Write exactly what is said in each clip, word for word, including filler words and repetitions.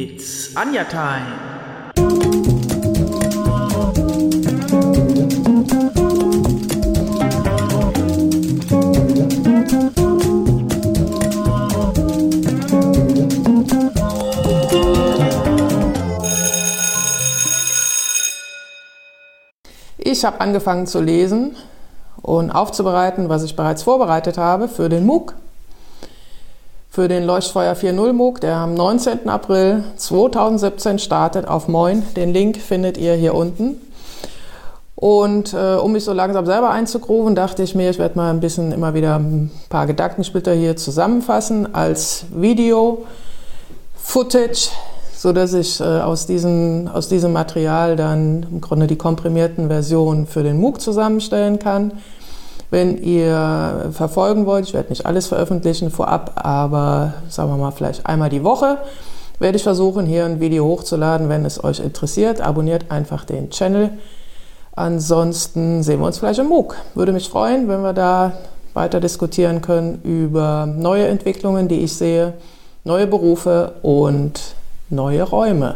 It's Anja Time. Ich habe angefangen zu lesen und aufzubereiten, was ich bereits vorbereitet habe für den MOOC. Für den Leuchtfeuer vier Punkt null MOOC, der am neunzehnten April zweitausendsiebzehn startet auf Moin. Den Link findet ihr hier unten. Und äh, um mich so langsam selber einzugrooven, dachte ich mir, ich werde mal ein bisschen immer wieder ein paar Gedankensplitter hier zusammenfassen als Video-Footage, sodass ich äh, aus, diesen, aus diesem Material dann im Grunde die komprimierten Versionen für den MOOC zusammenstellen kann. Wenn ihr verfolgen wollt, ich werde nicht alles veröffentlichen vorab, aber sagen wir mal vielleicht einmal die Woche, werde ich versuchen, hier ein Video hochzuladen, wenn es euch interessiert. Abonniert einfach den Channel. Ansonsten sehen wir uns vielleicht im MOOC. Würde mich freuen, wenn wir da weiter diskutieren können über neue Entwicklungen, die ich sehe, neue Berufe und neue Räume.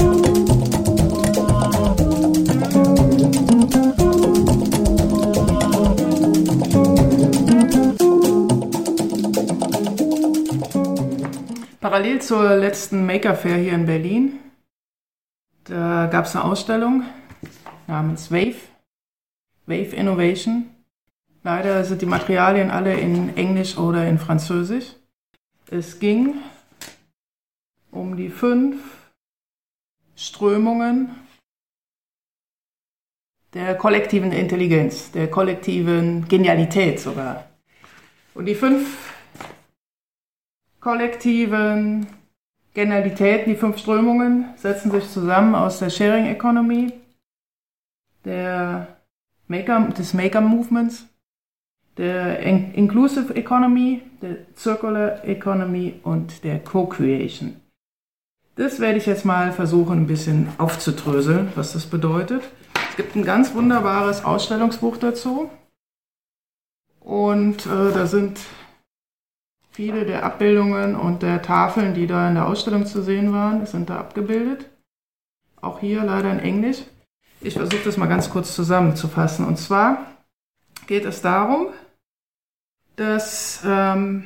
Parallel zur letzten Maker Fair hier in Berlin, da gab es eine Ausstellung namens Wave, Wave Innovation. Leider sind die Materialien alle in Englisch oder in Französisch. Es ging um die fünf Strömungen der kollektiven Intelligenz, der kollektiven Genialität sogar. Und die fünf kollektiven Genialitäten, die fünf Strömungen, setzen sich zusammen aus der Sharing Economy, der Maker, des Maker Movements, der Inclusive Economy, der Circular Economy und der Co-Creation. Das werde ich jetzt mal versuchen, ein bisschen aufzudröseln, was das bedeutet. Es gibt ein ganz wunderbares Ausstellungsbuch dazu und äh, da sind viele der Abbildungen und der Tafeln, die da in der Ausstellung zu sehen waren, sind da abgebildet. Auch hier leider in Englisch. Ich versuche das mal ganz kurz zusammenzufassen. Und zwar geht es darum, dass ähm,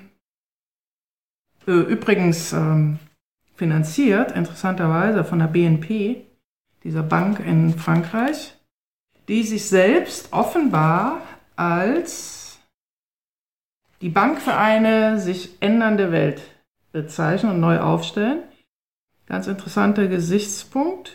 äh, übrigens ähm, finanziert, interessanterweise von der B N P, dieser Bank in Frankreich, die sich selbst offenbar als die Bank für eine sich ändernde Welt bezeichnen und neu aufstellen. Ganz interessanter Gesichtspunkt.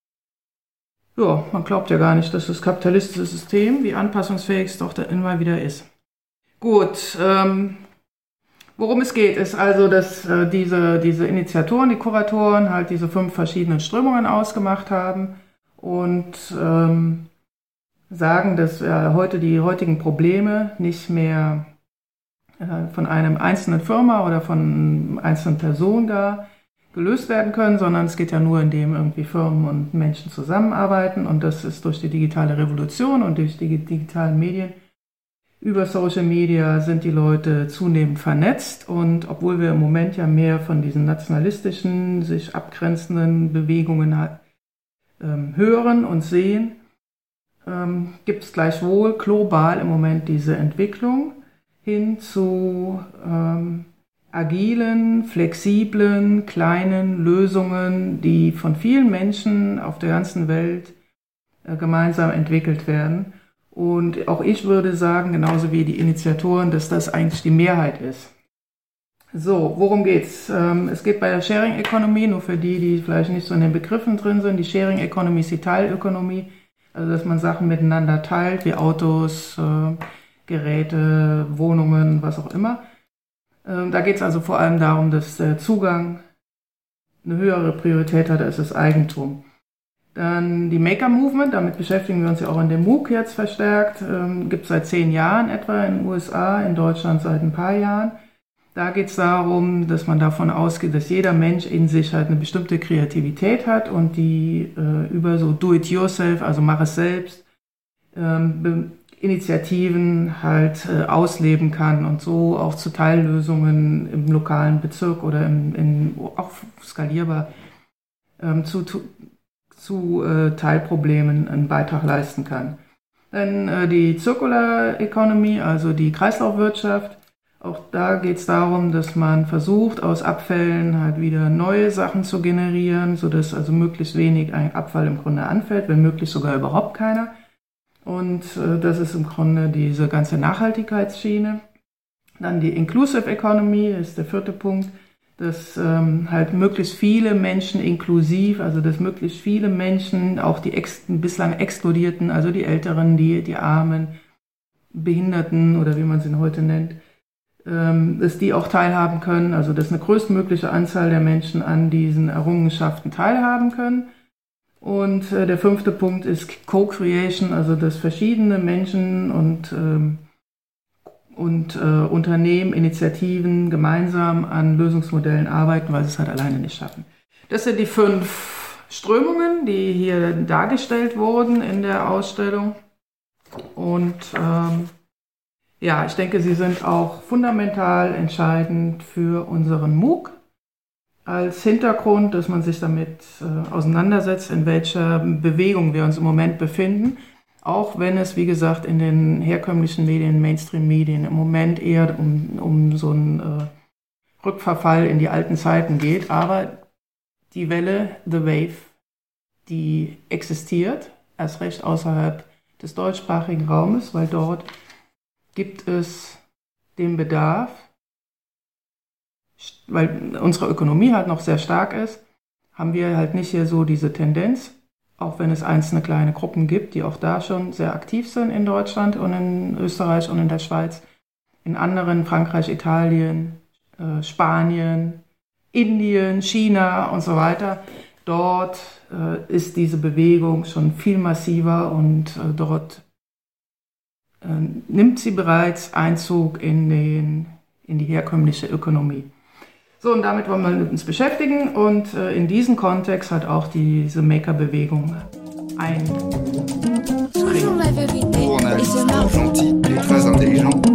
Ja, man glaubt ja gar nicht, dass das kapitalistische System, wie anpassungsfähig es doch immer wieder ist. Gut, ähm, worum es geht, ist also, dass äh, diese, diese Initiatoren, die Kuratoren halt diese fünf verschiedenen Strömungen ausgemacht haben und ähm, sagen, dass äh, heute die heutigen Probleme nicht mehr von einem einzelnen Firma oder von einzelnen Personen gar gelöst werden können, sondern es geht ja nur, indem irgendwie Firmen und Menschen zusammenarbeiten und das ist durch die digitale Revolution und durch die digitalen Medien. Über Social Media sind die Leute zunehmend vernetzt und obwohl wir im Moment ja mehr von diesen nationalistischen, sich abgrenzenden Bewegungen ähm, hören und sehen, ähm, gibt es gleichwohl global im Moment diese Entwicklung hin zu ähm, agilen, flexiblen, kleinen Lösungen, die von vielen Menschen auf der ganzen Welt äh, gemeinsam entwickelt werden. Und auch ich würde sagen, genauso wie die Initiatoren, dass das eigentlich die Mehrheit ist. So, worum geht's? Ähm, es geht bei der Sharing Economy, nur für die, die vielleicht nicht so in den Begriffen drin sind, die Sharing Economy ist die Teilökonomie, also dass man Sachen miteinander teilt, wie Autos, äh, Geräte, Wohnungen, was auch immer. Ähm, da geht es also vor allem darum, dass der Zugang eine höhere Priorität hat als das Eigentum. Dann die Maker Movement, damit beschäftigen wir uns ja auch in dem MOOC jetzt verstärkt. Ähm, gibt es seit zehn Jahren etwa in den U S A, in Deutschland seit ein paar Jahren. Da geht es darum, dass man davon ausgeht, dass jeder Mensch in sich halt eine bestimmte Kreativität hat und die äh, über so Do-it-yourself, also mach es selbst, ähm, Initiativen halt äh, ausleben kann und so auch zu Teillösungen im lokalen Bezirk oder im, in, auch skalierbar ähm, zu, zu, zu äh, Teilproblemen einen Beitrag leisten kann. Dann äh, die Circular Economy, also die Kreislaufwirtschaft. Auch da geht es darum, dass man versucht, aus Abfällen halt wieder neue Sachen zu generieren, sodass also möglichst wenig Abfall im Grunde anfällt, wenn möglich sogar überhaupt keiner. Und äh, das ist im Grunde diese ganze Nachhaltigkeitsschiene. Dann die Inclusive Economy ist der vierte Punkt, dass ähm, halt möglichst viele Menschen inklusiv, also dass möglichst viele Menschen, auch die ex- bislang Exkludierten, also die Älteren, die, die Armen, Behinderten oder wie man sie heute nennt, dass die auch teilhaben können, also dass eine größtmögliche Anzahl der Menschen an diesen Errungenschaften teilhaben können. Und äh, der fünfte Punkt ist Co-Creation, also dass verschiedene Menschen und, ähm, und äh, Unternehmen, Initiativen gemeinsam an Lösungsmodellen arbeiten, weil sie es halt alleine nicht schaffen. Das sind die fünf Strömungen, die hier dargestellt wurden in der Ausstellung. Und ähm, ja, ich denke, sie sind auch fundamental entscheidend für unseren MOOC als Hintergrund, dass man sich damit äh, auseinandersetzt, in welcher Bewegung wir uns im Moment befinden, auch wenn es, wie gesagt, in den herkömmlichen Medien, Mainstream-Medien im Moment eher um, um so einen äh, Rückverfall in die alten Zeiten geht. Aber die Welle, the wave, die existiert, erst recht außerhalb des deutschsprachigen Raumes, weil dort gibt es den Bedarf, weil unsere Ökonomie halt noch sehr stark ist, haben wir halt nicht hier so diese Tendenz, auch wenn es einzelne kleine Gruppen gibt, die auch da schon sehr aktiv sind in Deutschland und in Österreich und in der Schweiz, in anderen, Frankreich, Italien, äh, Spanien, Indien, China und so weiter. Dort äh, ist diese Bewegung schon viel massiver und äh, dort nimmt sie bereits Einzug in, den, in die herkömmliche Ökonomie. So, und damit wollen wir uns beschäftigen und äh, in diesen Kontext hat auch diese Maker-Bewegung einbringen. Toujours la vérité. Et ce marrant. Gentil et très intelligent.